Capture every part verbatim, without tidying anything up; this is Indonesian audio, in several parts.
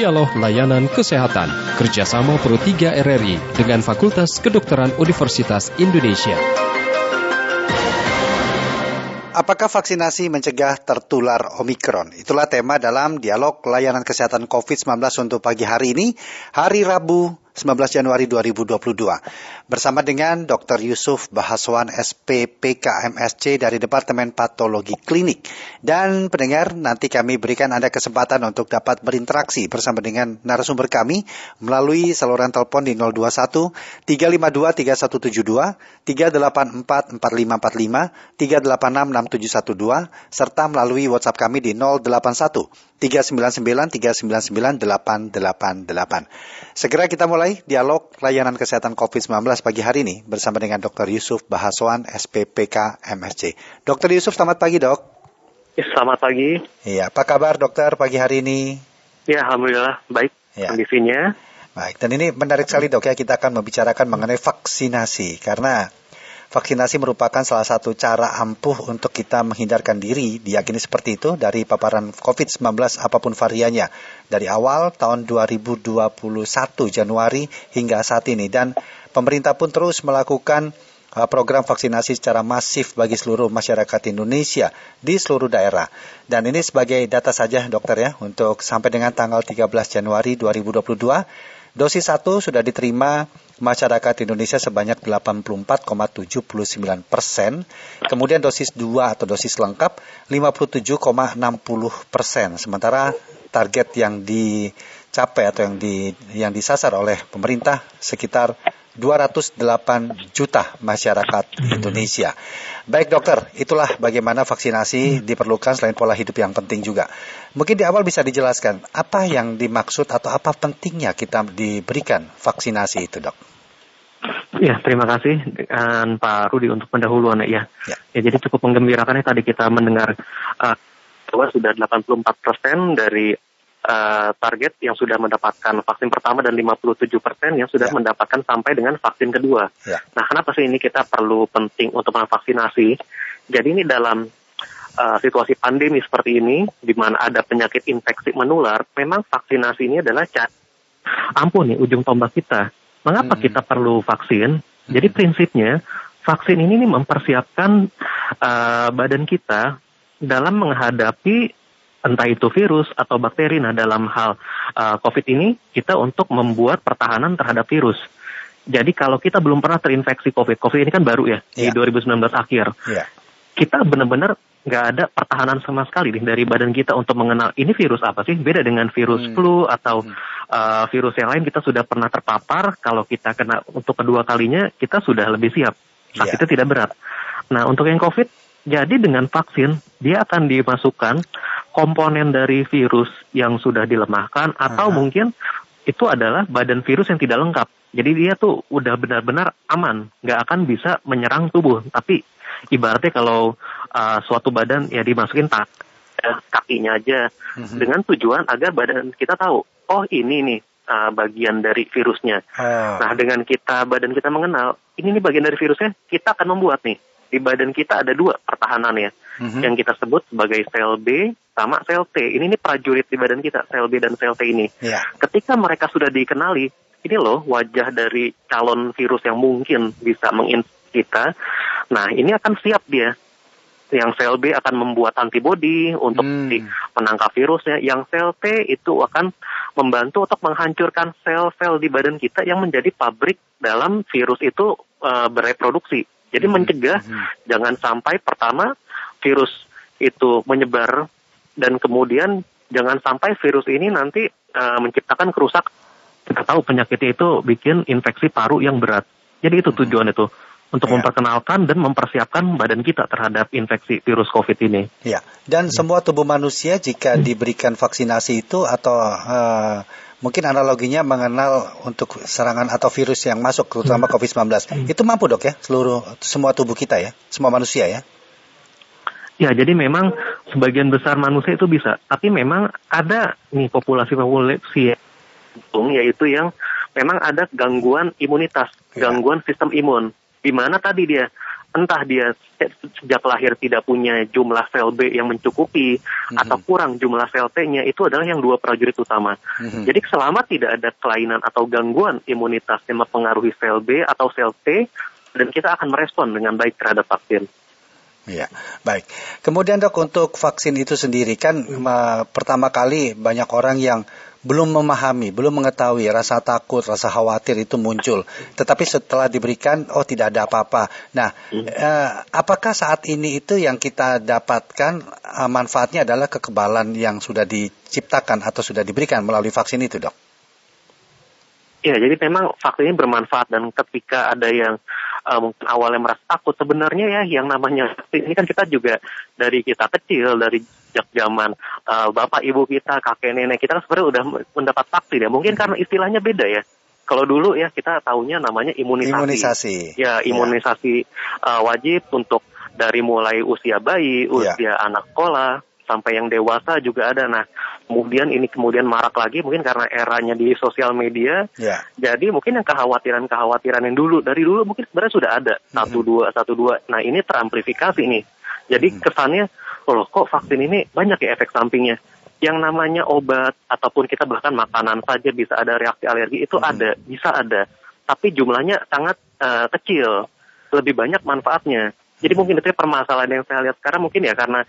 Dialog Layanan Kesehatan, kerjasama Pro tiga R R I dengan Fakultas Kedokteran Universitas Indonesia. Apakah vaksinasi mencegah tertular Omikron? Itulah tema dalam Dialog Layanan Kesehatan covid sembilan belas untuk pagi hari ini, hari Rabu sembilan belas Januari dua ribu dua puluh dua. Bersama dengan dokter Yusuf Bahaswan S P P K M S C dari Departemen Patologi Klinik. Dan pendengar, nanti kami berikan Anda kesempatan untuk dapat berinteraksi bersama dengan narasumber kami melalui saluran telepon di nol dua satu tiga lima dua tiga satu tujuh dua, tiga delapan empat empat lima empat lima, tiga delapan enam enam tujuh satu dua, serta melalui WhatsApp kami di nol delapan satu tiga sembilan sembilan tiga sembilan sembilan delapan delapan delapan. Segera kita mulai dialog layanan kesehatan covid sembilan belas pagi hari ini bersama dengan dokter Yusuf Bahaswan S P P K M S C. dokter Yusuf, selamat pagi, Dok. Selamat pagi. Iya, apa kabar dokter pagi hari ini? Ya, alhamdulillah baik ya. Kondisinya. Baik, dan ini menarik sekali, Dok, ya, kita akan membicarakan mengenai vaksinasi karena vaksinasi merupakan salah satu cara ampuh untuk kita menghindarkan diri, diyakini seperti itu, dari paparan covid sembilan belas apapun variannya. Dari awal tahun dua ribu dua puluh satu Januari hingga saat ini. Dan pemerintah pun terus melakukan uh, program vaksinasi secara masif bagi seluruh masyarakat Indonesia di seluruh daerah. Dan ini sebagai data saja, dokter, ya, untuk sampai dengan tanggal tiga belas Januari dua ribu dua puluh dua. Dosis satu sudah diterima masyarakat Indonesia sebanyak delapan puluh empat koma tujuh sembilan persen. Kemudian dosis dua atau dosis lengkap lima puluh tujuh koma enam puluh persen. Sementara target yang dicapai atau yang di yang disasar oleh pemerintah sekitar dua ratus delapan juta masyarakat Indonesia. Baik, dokter, itulah bagaimana vaksinasi diperlukan selain pola hidup yang penting juga. Mungkin di awal bisa dijelaskan apa yang dimaksud atau apa pentingnya kita diberikan vaksinasi itu, Dok? Ya, terima kasih dengan Pak Rudi untuk pendahuluan ya. Ya, ya jadi cukup menggembirakan ya tadi kita mendengar uh, bahwa sudah delapan puluh empat persen dari Uh, target yang sudah mendapatkan vaksin pertama dan lima puluh tujuh persen yang sudah ya. mendapatkan sampai dengan vaksin kedua. Ya. Nah, kenapa sih ini kita perlu penting untuk memvaksinasi? Jadi ini dalam uh, situasi pandemi seperti ini, di mana ada penyakit infeksi menular, memang vaksinasi ini adalah cara ampun nih ujung tombak kita. Mengapa hmm. kita perlu vaksin? Hmm. Jadi prinsipnya vaksin ini nih mempersiapkan uh, badan kita dalam menghadapi entah itu virus atau bakteri. Nah, dalam hal uh, COVID ini, kita untuk membuat pertahanan terhadap virus. Jadi kalau kita belum pernah terinfeksi COVID, COVID ini kan baru ya, yeah. di dua ribu sembilan belas akhir. Yeah. Kita benar-benar nggak ada pertahanan sama sekali nih dari badan kita untuk mengenal ini virus apa sih. Beda dengan virus hmm. flu atau hmm. uh, virus yang lain, kita sudah pernah terpapar. Kalau kita kena untuk kedua kalinya, kita sudah lebih siap. Sakitnya yeah. tidak berat. Nah, untuk yang COVID, jadi dengan vaksin, dia akan dimasukkan komponen dari virus yang sudah dilemahkan atau uh-huh. mungkin itu adalah badan virus yang tidak lengkap. Jadi dia tuh udah benar-benar aman, nggak akan bisa menyerang tubuh. Tapi ibaratnya kalau uh, suatu badan ya dimasukin tak kakinya aja uh-huh. dengan tujuan agar badan kita tahu, oh ini nih uh, bagian dari virusnya. Uh. Nah, dengan kita badan kita mengenal ini nih bagian dari virusnya, kita akan membuat nih. Di badan kita ada dua pertahanan ya, mm-hmm. yang kita sebut sebagai sel B sama sel T. Ini nih prajurit di badan kita, sel B dan sel T ini. Yeah. Ketika mereka sudah dikenali, ini loh wajah dari calon virus yang mungkin bisa menginfeksi kita. Nah, ini akan siap dia. Yang sel B akan membuat antibodi untuk mm. menangkap virusnya. Yang sel T itu akan membantu untuk menghancurkan sel-sel di badan kita yang menjadi pabrik dalam virus itu uh, bereproduksi. Jadi mencegah hmm. jangan sampai pertama virus itu menyebar dan kemudian jangan sampai virus ini nanti uh, menciptakan kerusak. Kita tahu penyakitnya itu bikin infeksi paru yang berat. Jadi itu tujuan itu untuk ya. memperkenalkan dan mempersiapkan badan kita terhadap infeksi virus COVID ini. Ya. Dan hmm. semua tubuh manusia jika hmm. diberikan vaksinasi itu atau uh, mungkin analoginya mengenal untuk serangan atau virus yang masuk, terutama covid sembilan belas. Itu mampu, Dok, ya? Seluruh, semua tubuh kita ya? Semua manusia ya? Ya, jadi memang sebagian besar manusia itu bisa. Tapi memang ada nih populasi-populasi yaitu yang memang ada gangguan imunitas, ya. gangguan sistem imun. Di mana tadi dia entah dia sejak lahir tidak punya jumlah sel B yang mencukupi mm-hmm. atau kurang jumlah sel T-nya, itu adalah yang dua prajurit utama. Mm-hmm. Jadi selama tidak ada kelainan atau gangguan imunitas yang mempengaruhi sel B atau sel T, dan kita akan merespon dengan baik terhadap vaksin. Ya, baik. Kemudian dok, untuk vaksin itu sendiri kan hmm. pertama kali banyak orang yang belum memahami, belum mengetahui, rasa takut, rasa khawatir itu muncul. Tetapi setelah diberikan, oh tidak ada apa-apa. Nah, hmm. eh, apakah saat ini itu yang kita dapatkan eh, manfaatnya adalah kekebalan yang sudah diciptakan atau sudah diberikan melalui vaksin itu, dok? Ya, jadi memang vaksin ini bermanfaat, dan ketika ada yang uh, mungkin awalnya merasa takut, sebenarnya ya yang namanya vaksin ini kan kita juga dari kita kecil, dari sejak zaman uh, bapak ibu kita, kakek nenek kita kan sebenarnya udah mendapat vaksin ya. Mungkin karena istilahnya beda ya. Kalau dulu ya kita taunya namanya imunisasi. Imunisasi. Ya, imunisasi ya. Uh, wajib untuk dari mulai usia bayi, usia ya. anak sekolah, sampai yang dewasa juga ada. Nah, kemudian ini kemudian marak lagi mungkin karena eranya di sosial media. Yeah. Jadi mungkin yang kekhawatiran-kekhawatiran yang dulu dari dulu mungkin sebenarnya sudah ada satu dua satu dua. Nah, ini teramplifikasi nih. Jadi mm-hmm. kesannya, oh loh, kok vaksin ini banyak ya efek sampingnya. Yang namanya obat ataupun kita bahkan makanan saja bisa ada reaksi alergi itu mm-hmm. ada, bisa ada. Tapi jumlahnya sangat uh, kecil. Lebih banyak manfaatnya. Jadi mungkin itu permasalahan yang saya lihat sekarang mungkin ya karena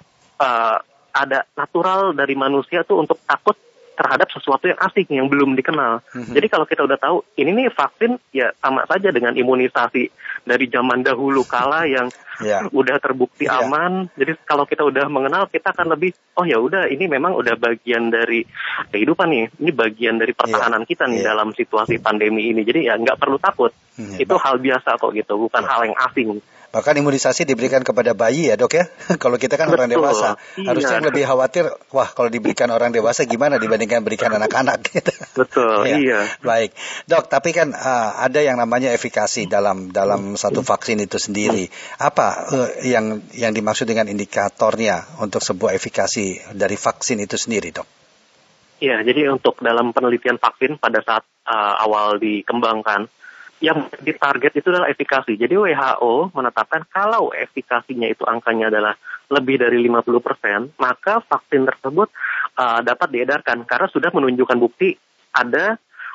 Uh, ada natural dari manusia tuh untuk takut terhadap sesuatu yang asing yang belum dikenal. Mm-hmm. Jadi kalau kita udah tahu ini nih vaksin ya sama saja dengan imunisasi dari zaman dahulu kala yang yeah. udah terbukti yeah. aman. Jadi kalau kita udah mengenal kita akan lebih oh ya udah ini memang udah bagian dari kehidupan nih. Ini bagian dari pertahanan yeah. kita nih yeah. dalam situasi pandemi ini. Jadi ya nggak perlu takut. Mm-hmm. Itu hal biasa kok gitu, bukan yeah. hal yang asing. Bahkan imunisasi diberikan kepada bayi ya dok ya. Kalau kita kan Betul. orang dewasa, iya. harusnya lebih khawatir. Wah kalau diberikan orang dewasa gimana dibandingkan berikan anak-anak gitu. Betul, ya. iya. Baik, dok. Tapi kan uh, ada yang namanya efikasi dalam dalam satu vaksin itu sendiri. Apa uh, yang yang dimaksud dengan indikatornya untuk sebuah efikasi dari vaksin itu sendiri, dok? Iya, jadi untuk dalam penelitian vaksin pada saat uh, awal dikembangkan, yang ditarget itu adalah efikasi. Jadi W H O menetapkan kalau efikasinya itu angkanya adalah lebih dari lima puluh persen, maka vaksin tersebut uh, dapat diedarkan karena sudah menunjukkan bukti ada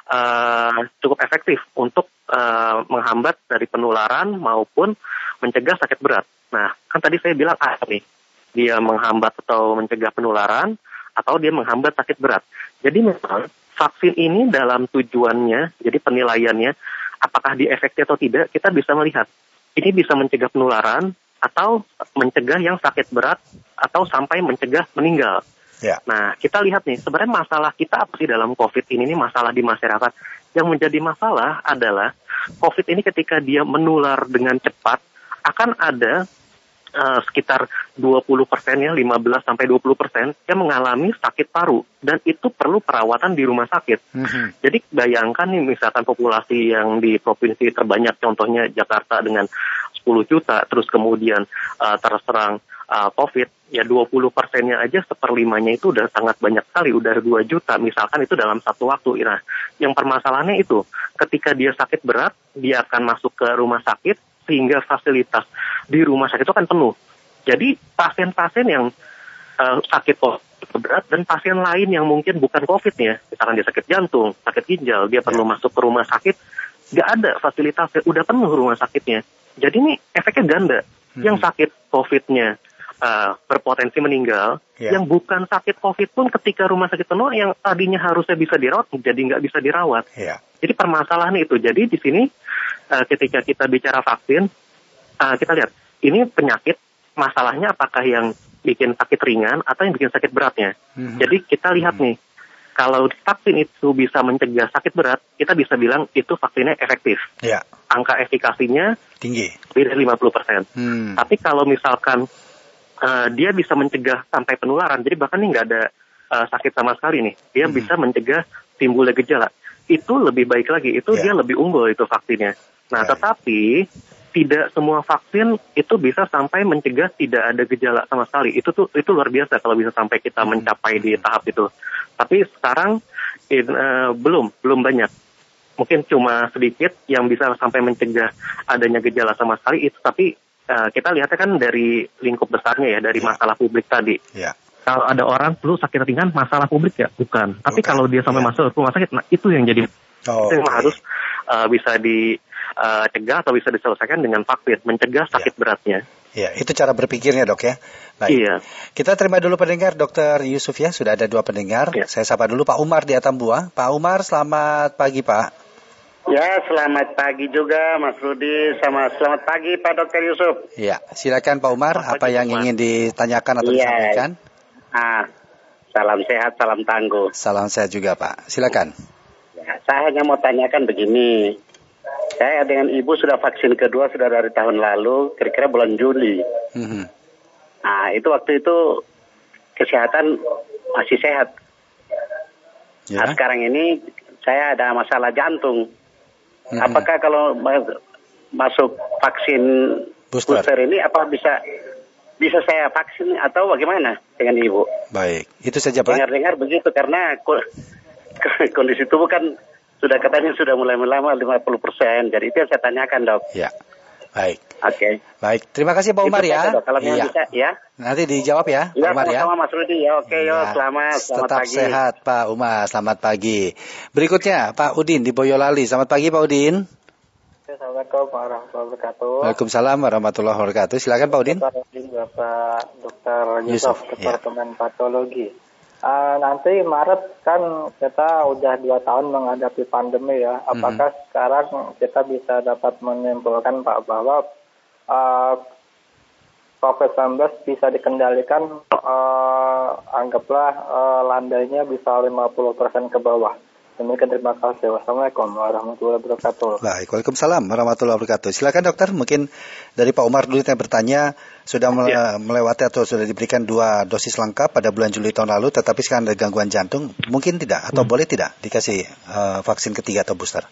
uh, cukup efektif untuk uh, menghambat dari penularan maupun mencegah sakit berat. Nah, kan tadi saya bilang ah nih, dia menghambat atau mencegah penularan atau dia menghambat sakit berat. Jadi memang vaksin ini dalam tujuannya, jadi penilaiannya apakah dia efektif atau tidak, kita bisa melihat. Ini bisa mencegah penularan atau mencegah yang sakit berat atau sampai mencegah meninggal. Ya. Nah, kita lihat nih, sebenarnya masalah kita apa sih dalam COVID ini, ini masalah di masyarakat. Yang menjadi masalah adalah COVID ini ketika dia menular dengan cepat, akan ada uh, sekitar dua puluh persen ya, lima belas sampai dua puluh persen yang mengalami sakit paru. Dan itu perlu perawatan di rumah sakit. Mm-hmm. Jadi bayangkan nih misalkan populasi yang di provinsi terbanyak, contohnya Jakarta dengan sepuluh juta, terus kemudian uh, terserang uh, COVID, ya dua puluh persennya aja seperlimanya itu udah sangat banyak sekali, udah dua juta misalkan itu dalam satu waktu. Nah, yang permasalahannya itu, ketika dia sakit berat, dia akan masuk ke rumah sakit, sehingga fasilitas di rumah sakit itu akan penuh. Jadi pasien-pasien yang uh, sakit COVID berat dan pasien lain yang mungkin bukan COVID ya, misalkan dia sakit jantung, sakit ginjal, dia perlu masuk ke rumah sakit, nggak ada fasilitasnya, udah penuh rumah sakitnya. Jadi ini efeknya ganda. Hmm. Yang sakit COVID-nya uh, berpotensi meninggal, yeah. yang bukan sakit COVID pun ketika rumah sakit penuh, yang tadinya harusnya bisa dirawat, jadi nggak bisa dirawat. Yeah. Jadi permasalahan itu. Jadi di sini uh, ketika kita bicara vaksin, uh, kita lihat ini penyakit, masalahnya apakah yang bikin sakit ringan atau yang bikin sakit beratnya. Mm-hmm. Jadi kita lihat mm-hmm. nih, kalau vaksin itu bisa mencegah sakit berat, kita bisa bilang itu vaksinnya efektif. Yeah. Angka efikasinya tinggi, lebih dari lima puluh persen. Hmm. Tapi kalau misalkan uh, dia bisa mencegah sampai penularan, jadi bahkan nih nggak ada uh, sakit sama sekali nih, dia hmm. bisa mencegah timbulnya gejala. Itu lebih baik lagi, itu yeah. dia lebih unggul itu vaksinnya. Nah, yeah. tetapi tidak semua vaksin itu bisa sampai mencegah tidak ada gejala sama sekali. Itu tuh itu luar biasa kalau bisa sampai kita mencapai di tahap itu. Tapi sekarang in, uh, belum belum banyak. mungkin cuma sedikit yang bisa sampai mencegah adanya gejala sama sekali itu, tapi uh, kita lihatnya kan dari lingkup besarnya ya, dari yeah. masalah publik tadi. Yeah. Kalau ada orang flu sakit ringan, masalah publik ya bukan. Tapi bukan. Kalau dia sampai yeah. masuk rumah sakit, nah itu yang jadi oh, itu yang okay. harus uh, bisa dicegah uh, atau bisa diselesaikan dengan vaksin, mencegah sakit yeah. beratnya. Ya, itu cara berpikirnya dok ya. Baik. Iya. Kita terima dulu pendengar, Dokter Yusuf ya. Sudah ada dua pendengar. Ya. Saya sapa dulu Pak Umar di Atambua. Pak Umar, selamat pagi Pak. Ya, selamat pagi juga Mas Rudi. Sama selamat pagi Pak Dokter Yusuf. Ya, silakan Pak Umar. Selamat apa pagi, yang Umar. ingin ditanyakan atau ya. disampaikan? Ah, salam sehat, salam tangguh. Salam sehat juga Pak. Silakan. Ya, saya hanya mau tanyakan begini. Saya dengan ibu sudah vaksin kedua sudah dari tahun lalu, kira-kira bulan Juli. Mm-hmm. Nah, itu waktu itu kesehatan masih sehat. Yeah. Nah, sekarang ini saya ada masalah jantung. Mm-hmm. Apakah kalau masuk vaksin booster. booster ini, apa bisa bisa saya vaksin atau bagaimana dengan ibu? Baik, itu saja Pak. Dengar-dengar begitu karena kondisi tubuh kan sudah katanya sudah mulai melama lima puluh persen. Jadi itu yang saya tanyakan dok. Ya, baik. Oke. Okay. Baik, terima kasih Pak Umar itu ya. Dok, kalau ya. bisa ya. Nanti dijawab ya, ya Pak Umar ya. Sama Mas Rudi ya. Oke, okay, ya. yo selamat, selamat Tetap pagi. sehat Pak Umar, selamat pagi. Berikutnya Pak Udin di Boyolali. Selamat pagi Pak Udin. Assalamualaikum warahmatullahi wabarakatuh. Waalaikumsalam warahmatullahi wabarakatuh. Silakan Pak Udin. Bapak Udin, Bapak Dokter Yusuf, Departemen ya. Patologi. Uh, nanti Maret kan kita udah dua tahun menghadapi pandemi ya. Apakah mm-hmm. sekarang kita bisa dapat menyimpulkan Pak bahwa uh, covid sembilan belas bisa dikendalikan, uh, anggaplah uh, landainya bisa lima puluh persen ke bawah. Demikian, terima kasih. Wassalamualaikum warahmatullahi wabarakatuh. Baik, waalaikumsalam warahmatullahi wabarakatuh. Silakan dokter, mungkin dari Pak Umar dulu yang bertanya, sudah mele- ya. melewati atau sudah diberikan dua dosis lengkap pada bulan Juli tahun lalu, tetapi sekarang ada gangguan jantung, mungkin tidak atau hmm. boleh tidak dikasih uh, vaksin ketiga atau booster?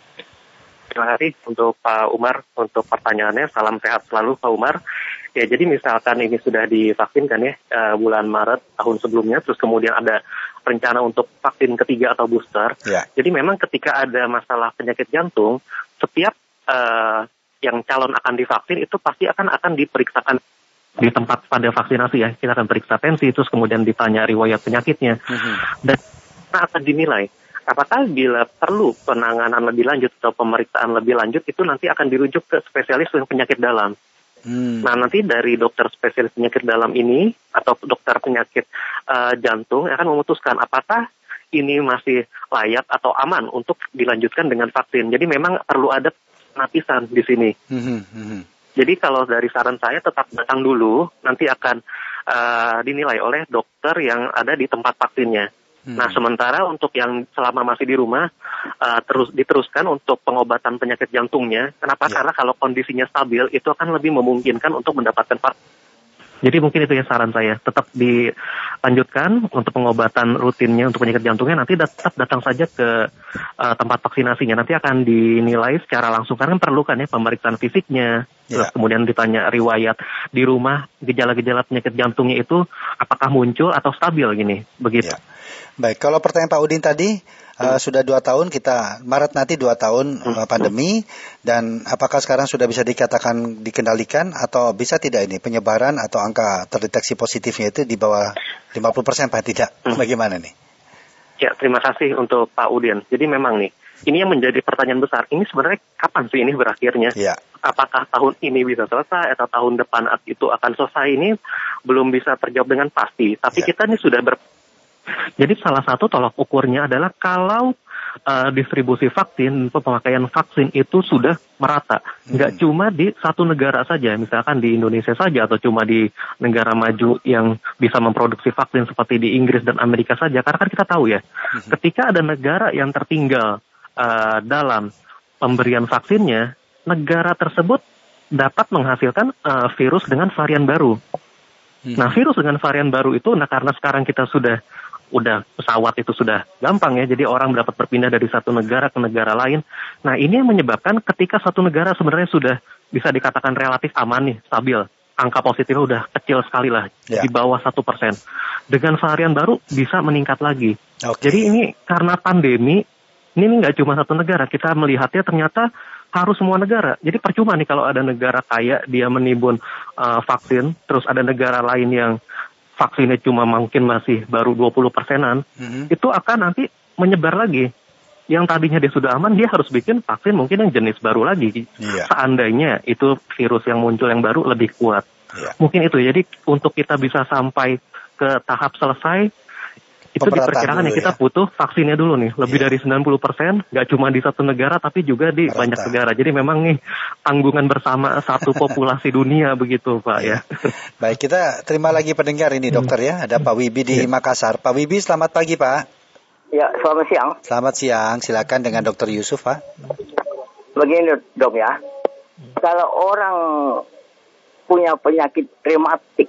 Terima kasih untuk Pak Umar untuk pertanyaannya. Salam sehat selalu Pak Umar. Ya, jadi misalkan ini sudah divaksinkan ya uh, bulan Maret tahun sebelumnya, terus kemudian ada rencana untuk vaksin ketiga atau booster. Ya. Jadi memang ketika ada masalah penyakit jantung, setiap uh, yang calon akan divaksin itu pasti akan akan diperiksakan di tempat pada vaksinasi ya. Kita akan periksa tensi, terus kemudian ditanya riwayat penyakitnya, mm-hmm. dan akan dinilai apakah bila perlu penanganan lebih lanjut atau pemeriksaan lebih lanjut itu nanti akan dirujuk ke spesialis penyakit dalam. Hmm. Nah, nanti dari dokter spesialis penyakit dalam ini atau dokter penyakit uh, jantung akan memutuskan apakah ini masih layak atau aman untuk dilanjutkan dengan vaksin. Jadi memang perlu ada penapisan di sini. Hmm. Hmm. Jadi kalau dari saran saya tetap datang dulu, nanti akan uh, dinilai oleh dokter yang ada di tempat vaksinnya. Hmm. Nah, sementara untuk yang selama masih di rumah, uh, terus diteruskan untuk pengobatan penyakit jantungnya. Kenapa? Ya. Karena kalau kondisinya stabil, itu akan lebih memungkinkan untuk mendapatkan vaksin. Jadi mungkin itu ya saran saya, tetap dilanjutkan untuk pengobatan rutinnya untuk penyakit jantungnya, nanti tetap datang saja ke uh, tempat vaksinasinya. Nanti akan dinilai secara langsung, karena perlu kan ya pemeriksaan fisiknya, ya. Terus kemudian ditanya riwayat di rumah, gejala-gejala penyakit jantungnya itu apakah muncul atau stabil gini, begitu. Ya. Baik, kalau pertanyaan Pak Udin tadi, Uh, sudah dua tahun kita, Maret nanti dua tahun uh, pandemi, dan apakah sekarang sudah bisa dikatakan dikendalikan atau bisa tidak ini penyebaran atau angka terdeteksi positifnya itu di bawah lima puluh persen Pak tidak? Bagaimana nih? Ya, terima kasih untuk Pak Udin. Jadi memang nih, ini yang menjadi pertanyaan besar. Ini sebenarnya kapan sih ini berakhirnya? Ya. Apakah tahun ini bisa selesai atau tahun depan itu akan selesai? Ini belum bisa terjawab dengan pasti. Tapi ya. Kita ini sudah ber Jadi salah satu tolak ukurnya adalah kalau uh, distribusi vaksin, pemakaian vaksin itu sudah merata. Nggak hmm. cuma di satu negara saja, misalkan di Indonesia saja, atau cuma di negara maju yang bisa memproduksi vaksin seperti di Inggris dan Amerika saja. Karena kan kita tahu ya, hmm. ketika ada negara yang tertinggal uh, dalam pemberian vaksinnya, negara tersebut dapat menghasilkan uh, virus dengan varian baru. Hmm. Nah, virus dengan varian baru itu, nah karena sekarang kita sudah udah pesawat itu sudah gampang ya, jadi orang dapat berpindah dari satu negara ke negara lain. Nah, ini yang menyebabkan ketika satu negara sebenarnya sudah bisa dikatakan relatif aman nih, stabil, angka positifnya udah kecil sekali lah, ya. Di bawah satu persen. Dengan varian baru bisa meningkat lagi. Okay. Jadi ini karena pandemi, Ini nggak cuma satu negara, kita melihatnya ternyata harus semua negara. Jadi percuma nih kalau ada negara kaya dia menimbun uh, vaksin, terus ada negara lain yang vaksinnya cuma mungkin masih baru dua puluh persenan, mm-hmm. itu akan nanti menyebar lagi. Yang tadinya dia sudah aman, dia harus bikin vaksin mungkin yang jenis baru lagi. Yeah. Seandainya itu virus yang muncul yang baru lebih kuat. Yeah. Mungkin itu, jadi untuk kita bisa sampai ke tahap selesai, itu diperkirakan ya kita ya. butuh vaksinnya dulu nih, lebih yeah. dari sembilan puluh persen, nggak cuma di satu negara tapi juga di Merata. banyak negara. Jadi memang nih tanggungan bersama satu populasi dunia begitu Pak ya. Baik, kita terima lagi pendengar ini dokter ya. Ada Pak Wibi di yeah. Makassar. Pak Wibi, selamat pagi Pak. Ya, selamat siang. Selamat siang, silakan dengan dokter Yusuf Pak. Begini dok ya, kalau orang punya penyakit rematik,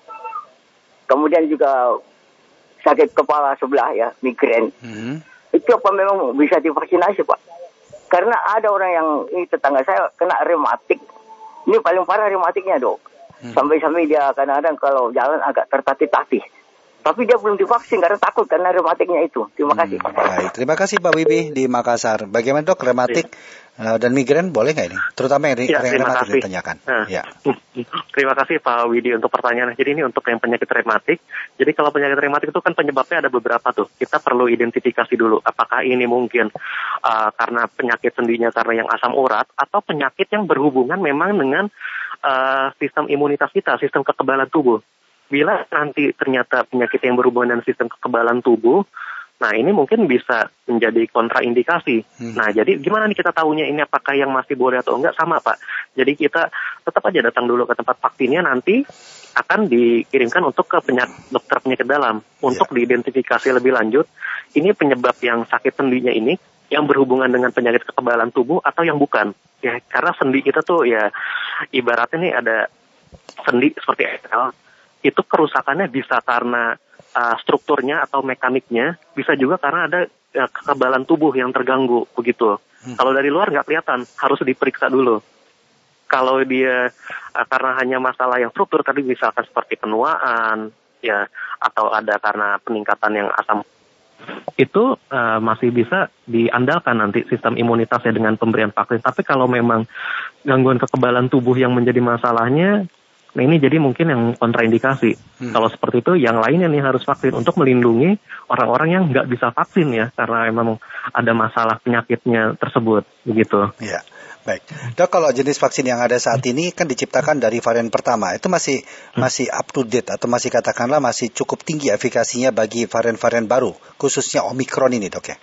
kemudian juga sakit kepala sebelah ya, migrain. Hmm. Itu apa memang bisa divaksinasi Pak? Karena ada orang yang, ini tetangga saya kena rematik. Ini paling parah rematiknya dok. Hmm. Sampai-sampai dia kadang-kadang kalau jalan agak tertatih-tatih. Tapi dia belum divaksin karena takut karena rematiknya itu. Terima kasih. Hmm, baik, terima kasih Pak Wibi di Makassar. Bagaimana dok, rematik ya. uh, dan migrain boleh nggak ini? Terutama yang, ya, yang rematik ditanyakan. Nah, ya. Terima kasih Pak Widi untuk pertanyaan. Jadi ini untuk yang penyakit rematik. Jadi kalau penyakit rematik itu kan penyebabnya ada beberapa tuh. Kita perlu identifikasi dulu. Apakah ini mungkin uh, karena penyakit sendinya karena yang asam urat atau penyakit yang berhubungan memang dengan uh, sistem imunitas kita, sistem kekebalan tubuh. Bila nanti ternyata penyakit yang berhubungan dengan sistem kekebalan tubuh, nah ini mungkin bisa menjadi kontraindikasi. Hmm. Nah jadi gimana nih kita tahunya ini apakah yang masih boleh atau enggak? Sama Pak. Jadi kita tetap aja datang dulu ke tempat vaksinnya, nanti akan dikirimkan untuk ke penyakit, dokter penyakit dalam untuk yeah. diidentifikasi lebih lanjut. Ini penyebab yang sakit sendinya ini yang berhubungan dengan penyakit kekebalan tubuh atau yang bukan. Ya karena sendi kita tuh ya ibaratnya nih ada sendi seperti L. Itu kerusakannya bisa karena uh, strukturnya atau mekaniknya, bisa juga karena ada uh, kekebalan tubuh yang terganggu begitu. Hmm. Kalau dari luar nggak kelihatan, harus diperiksa dulu. Kalau dia uh, karena hanya masalah yang struktur tadi misalkan seperti penuaan, ya atau ada karena peningkatan yang asam, itu uh, masih bisa diandalkan nanti sistem imunitasnya dengan pemberian vaksin. Tapi kalau memang gangguan kekebalan tubuh yang menjadi masalahnya, nah ini jadi mungkin yang kontraindikasi. Hmm. Kalau seperti itu, yang lainnya nih harus vaksin untuk melindungi orang-orang yang nggak bisa vaksin ya, karena memang ada masalah penyakitnya tersebut, begitu. Ya, baik. Dok, kalau jenis vaksin yang ada saat ini kan diciptakan dari varian pertama, itu masih hmm. masih up to date atau masih katakanlah masih cukup tinggi efikasinya bagi varian-varian baru, khususnya Omicron ini, dok ya?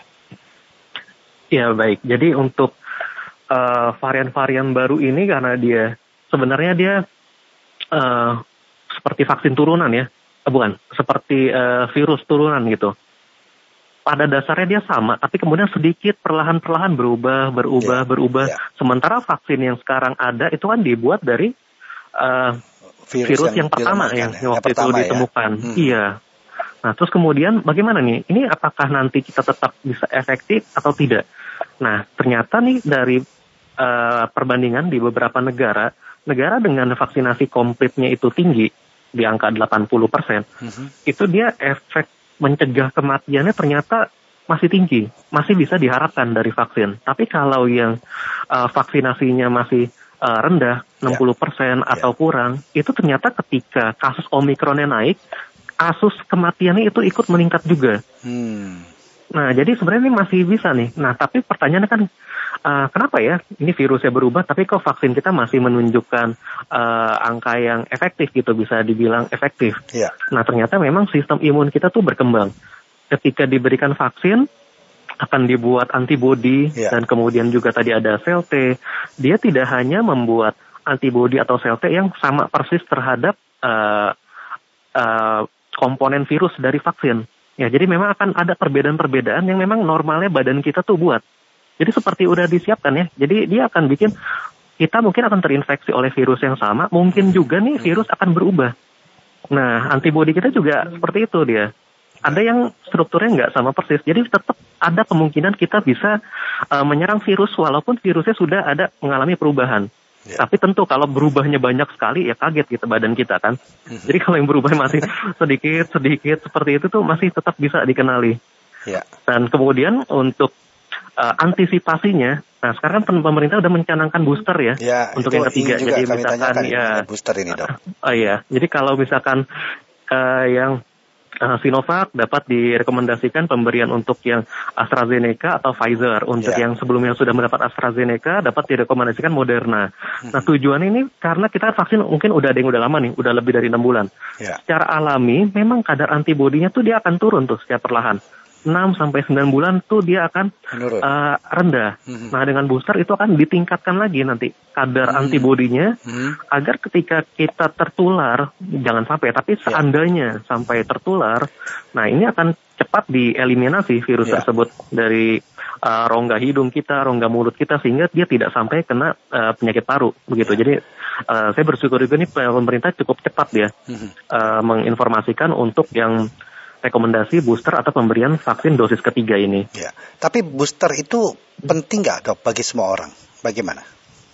Ya baik. Jadi untuk uh, varian-varian baru ini karena dia sebenarnya dia Uh, seperti vaksin turunan ya, uh, bukan, seperti uh, virus turunan gitu. Pada dasarnya dia sama, tapi kemudian sedikit perlahan-perlahan berubah, berubah, yeah, berubah. Yeah. Sementara vaksin yang sekarang ada itu kan dibuat dari uh, virus, virus yang, yang pertama yang, yang waktu yang pertama, itu ditemukan. Ya? Hmm. Iya. Nah terus kemudian bagaimana nih? Ini apakah nanti kita tetap bisa efektif atau tidak? Nah ternyata nih dari uh, perbandingan di beberapa negara, negara dengan vaksinasi komplitnya itu tinggi, di angka delapan puluh persen, mm-hmm. itu dia efek mencegah kematiannya ternyata masih tinggi, masih bisa diharapkan dari vaksin. Tapi kalau yang uh, vaksinasinya masih uh, rendah, enam puluh persen yeah. atau yeah. kurang, itu ternyata ketika kasus Omikronnya naik, kasus kematiannya itu ikut meningkat juga. Hmm. Nah, jadi sebenarnya ini masih bisa nih. Nah, tapi pertanyaannya kan, uh, kenapa ya ini virusnya berubah, tapi kok vaksin kita masih menunjukkan uh, angka yang efektif gitu, bisa dibilang efektif. Yeah. Nah, ternyata memang sistem imun kita tuh berkembang. Ketika diberikan vaksin, akan dibuat antibodi, yeah. dan kemudian juga tadi ada sel T. Dia tidak hanya membuat antibodi atau sel T yang sama persis terhadap uh, uh, komponen virus dari vaksin. Ya, jadi memang akan ada perbedaan-perbedaan yang memang normalnya badan kita tuh buat. Jadi seperti udah disiapkan ya. Jadi dia akan bikin kita mungkin akan terinfeksi oleh virus yang sama, mungkin juga nih virus akan berubah. Nah, antibodi kita juga seperti itu dia. Ada yang strukturnya nggak sama persis. Jadi tetap ada kemungkinan kita bisa uh, menyerang virus walaupun virusnya sudah ada mengalami perubahan. Yeah. Tapi tentu kalau berubahnya banyak sekali ya kaget gitu badan kita kan. Mm-hmm. Jadi kalau yang berubah masih sedikit-sedikit seperti itu tuh masih tetap bisa dikenali. Yeah. Dan kemudian untuk uh, antisipasinya, nah sekarang kan pemerintah udah mencanangkan booster ya, ya untuk yang ketiga. Jadi misalkan ya booster ini dok. Oh uh, iya, jadi kalau misalkan uh, yang Uh, Sinovac dapat direkomendasikan pemberian untuk yang AstraZeneca atau Pfizer. Untuk yeah. yang sebelumnya sudah mendapat AstraZeneca dapat direkomendasikan Moderna. Mm-hmm. Nah tujuan ini karena kita vaksin mungkin udah ada yang udah lama nih, udah lebih dari enam bulan. Yeah. Secara alami memang kadar antibodinya tuh dia akan turun tuh secara perlahan. enam sampai sembilan bulan tuh dia akan uh, rendah. Mm-hmm. Nah dengan booster itu akan ditingkatkan lagi nanti kadar mm-hmm. antibodinya mm-hmm. agar ketika kita tertular, jangan sampai, tapi seandainya yeah. sampai tertular, nah ini akan cepat dieliminasi virus yeah. tersebut dari uh, rongga hidung kita, rongga mulut kita, sehingga dia tidak sampai kena uh, penyakit paru begitu. Yeah. Jadi uh, saya bersyukur juga nih pemerintah cukup cepat ya mm-hmm. uh, menginformasikan untuk yang rekomendasi booster atau pemberian vaksin dosis ketiga ini. Ya, tapi booster itu penting nggak dok bagi semua orang? Bagaimana?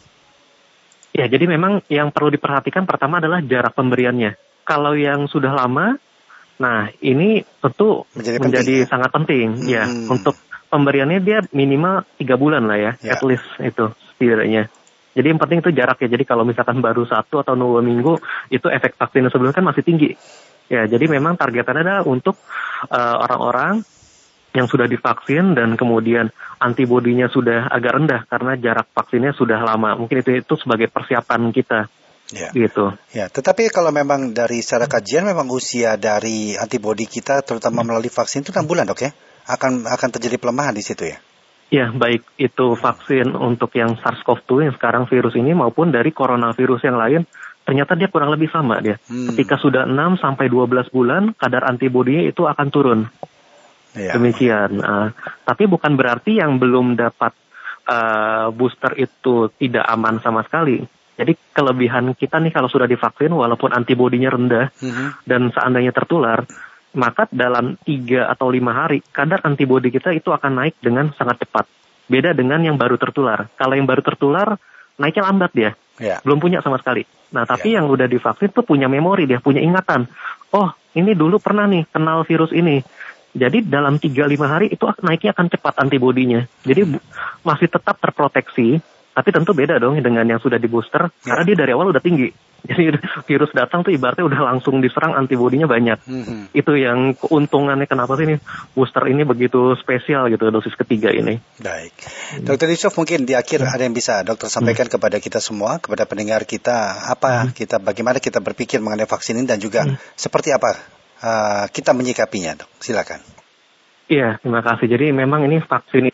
Ya, jadi memang yang perlu diperhatikan pertama adalah jarak pemberiannya. Kalau yang sudah lama, nah ini tentu menjadi, menjadi penting, ya? sangat penting hmm. ya untuk pemberiannya dia minimal tiga bulan lah ya, ya. At least itu setidaknya. Jadi yang penting itu jarak ya. Jadi kalau misalkan baru satu atau dua minggu itu efek vaksin sebelumnya kan masih tinggi. Ya, jadi memang targetannya adalah untuk uh, orang-orang yang sudah divaksin dan kemudian antibodinya sudah agak rendah karena jarak vaksinnya sudah lama. Mungkin itu itu sebagai persiapan kita. Ya. Gitu. Ya, tetapi kalau memang dari secara kajian memang usia dari antibodi kita terutama melalui vaksin itu enam bulan, Dok ya. Akan akan terjadi pelemahan di situ ya. Ya, baik itu vaksin untuk yang SARS-CoV dua yang sekarang virus ini maupun dari coronavirus yang lain. Ternyata dia kurang lebih sama dia. Hmm. Ketika sudah enam sampai dua belas bulan, kadar antibodinya itu akan turun. Ya. Demikian. Uh, tapi bukan berarti yang belum dapat uh, booster itu tidak aman sama sekali. Jadi kelebihan kita nih kalau sudah divaksin, walaupun antibodinya rendah hmm. dan seandainya tertular, maka dalam tiga atau lima hari, kadar antibodi kita itu akan naik dengan sangat cepat. Beda dengan yang baru tertular. Kalau yang baru tertular, naiknya lambat dia. Yeah. Belum punya sama sekali. Nah, tapi yeah. yang udah divaksin tuh punya memori, dia punya ingatan. Oh, ini dulu pernah nih kenal virus ini. Jadi dalam tiga sampai lima hari itu naiknya akan cepat antibodinya. Jadi bu- masih tetap terproteksi, tapi tentu beda dong dengan yang sudah di booster, yeah. karena dia dari awal udah tinggi. Jadi virus datang tuh ibaratnya udah langsung diserang, antibodinya banyak. Mm-hmm. Itu yang keuntungannya kenapa sih ini booster ini begitu spesial gitu dosis ketiga ini. Baik. Dokter Yusuf, mungkin di akhir ada yang bisa dokter sampaikan mm-hmm. kepada kita semua, kepada pendengar kita, apa mm-hmm. kita bagaimana kita berpikir mengenai vaksin ini dan juga mm-hmm. seperti apa uh, kita menyikapinya, Dok. Silakan. Iya, terima kasih. Jadi memang ini vaksin ini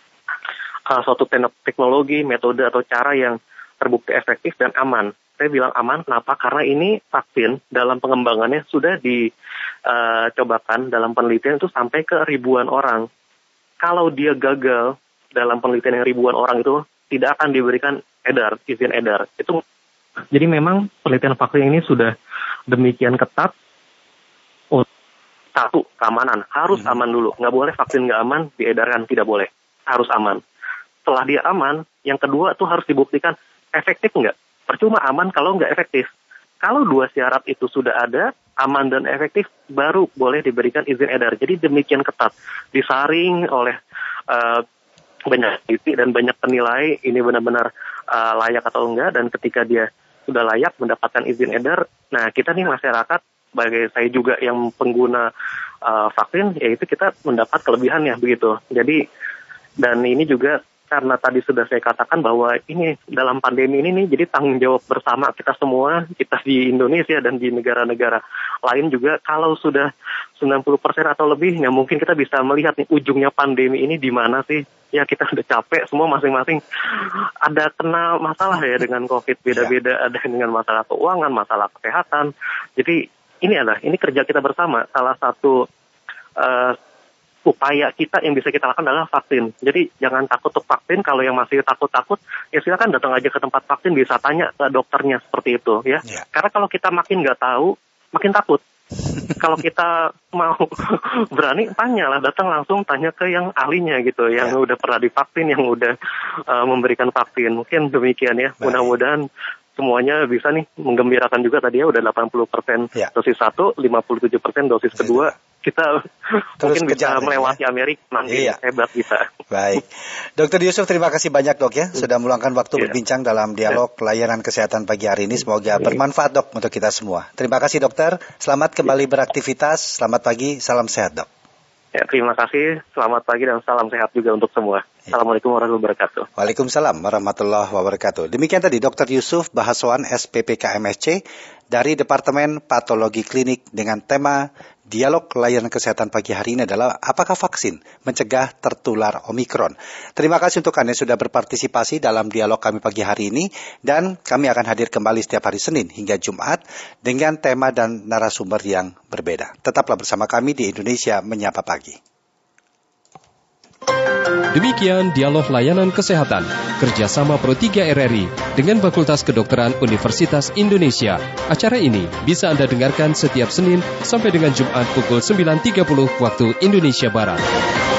uh, suatu teknologi, metode atau cara yang terbukti efektif dan aman. Saya bilang aman, kenapa? Karena ini vaksin dalam pengembangannya sudah dicobakan uh, dalam penelitian itu sampai ke ribuan orang. Kalau dia gagal dalam penelitian yang ribuan orang itu tidak akan diberikan edar, izin edar. Itu jadi memang penelitian vaksin ini sudah demikian ketat. Oh, satu, keamanan. Harus hmm. aman dulu. Nggak boleh vaksin nggak aman diedarkan, tidak boleh. Harus aman. Setelah dia aman, yang kedua tuh harus dibuktikan efektif nggak. Percuma aman kalau nggak efektif. Kalau dua syarat itu sudah ada, aman dan efektif, baru boleh diberikan izin edar. Jadi demikian ketat. Disaring oleh uh, banyak peneliti dan banyak penilai, ini benar-benar uh, layak atau enggak. Dan ketika dia sudah layak mendapatkan izin edar, nah kita nih masyarakat, sebagai saya juga yang pengguna uh, vaksin, yaitu kita mendapat kelebihannya begitu. Jadi, dan ini juga karena tadi sudah saya katakan bahwa ini dalam pandemi ini nih, jadi tanggung jawab bersama kita semua, kita di Indonesia dan di negara-negara lain juga, kalau sudah sembilan puluh persen atau lebih, ya mungkin kita bisa melihat nih ujungnya pandemi ini di mana sih. Ya kita udah capek semua masing-masing, ada kena masalah ya dengan COVID, beda-beda, ada dengan masalah keuangan, masalah kesehatan. Jadi ini adalah, ini kerja kita bersama, salah satu uh, upaya kita yang bisa kita lakukan adalah vaksin. Jadi jangan takut untuk vaksin. Kalau yang masih takut-takut, ya silakan datang aja ke tempat vaksin, bisa tanya ke dokternya seperti itu ya. Yeah. Karena kalau kita makin nggak tahu, makin takut. Kalau kita mau berani, tanya lah, datang langsung tanya ke yang ahlinya gitu, yang yeah. udah pernah divaksin, yang udah uh, memberikan vaksin. Mungkin demikian ya. Baik. Mudah-mudahan semuanya bisa nih menggembirakan juga tadi ya, udah delapan puluh persen yeah. dosis satu, lima puluh tujuh persen dosis kedua. kita terus mungkin bisa kejar, melewati ya? Amerika nanti. Iya. Hebat kita. Baik. Dokter Yusuf, terima kasih banyak dok ya sudah meluangkan waktu iya. berbincang dalam dialog iya. layanan kesehatan pagi hari ini. Semoga iya. bermanfaat dok untuk kita semua. Terima kasih dokter. Selamat kembali iya. beraktivitas. Selamat pagi. Salam sehat dok. Ya, terima kasih. Selamat pagi dan salam sehat juga untuk semua. Ya. Assalamualaikum warahmatullahi wabarakatuh. Waalaikumsalam warahmatullahi wabarakatuh. Demikian tadi dokter Yusuf Bahasoan S P P K M S C dari Departemen Patologi Klinik dengan tema dialog layanan kesehatan pagi hari ini adalah apakah vaksin mencegah tertular Omikron. Terima kasih untuk Anda yang sudah berpartisipasi dalam dialog kami pagi hari ini dan kami akan hadir kembali setiap hari Senin hingga Jumat dengan tema dan narasumber yang berbeda. Tetaplah bersama kami di Indonesia Menyapa Pagi. Demikian dialog layanan kesehatan kerjasama Pro tiga R R I dengan Fakultas Kedokteran Universitas Indonesia. Acara ini bisa Anda dengarkan setiap Senin sampai dengan Jumat pukul sembilan tiga puluh waktu Indonesia Barat.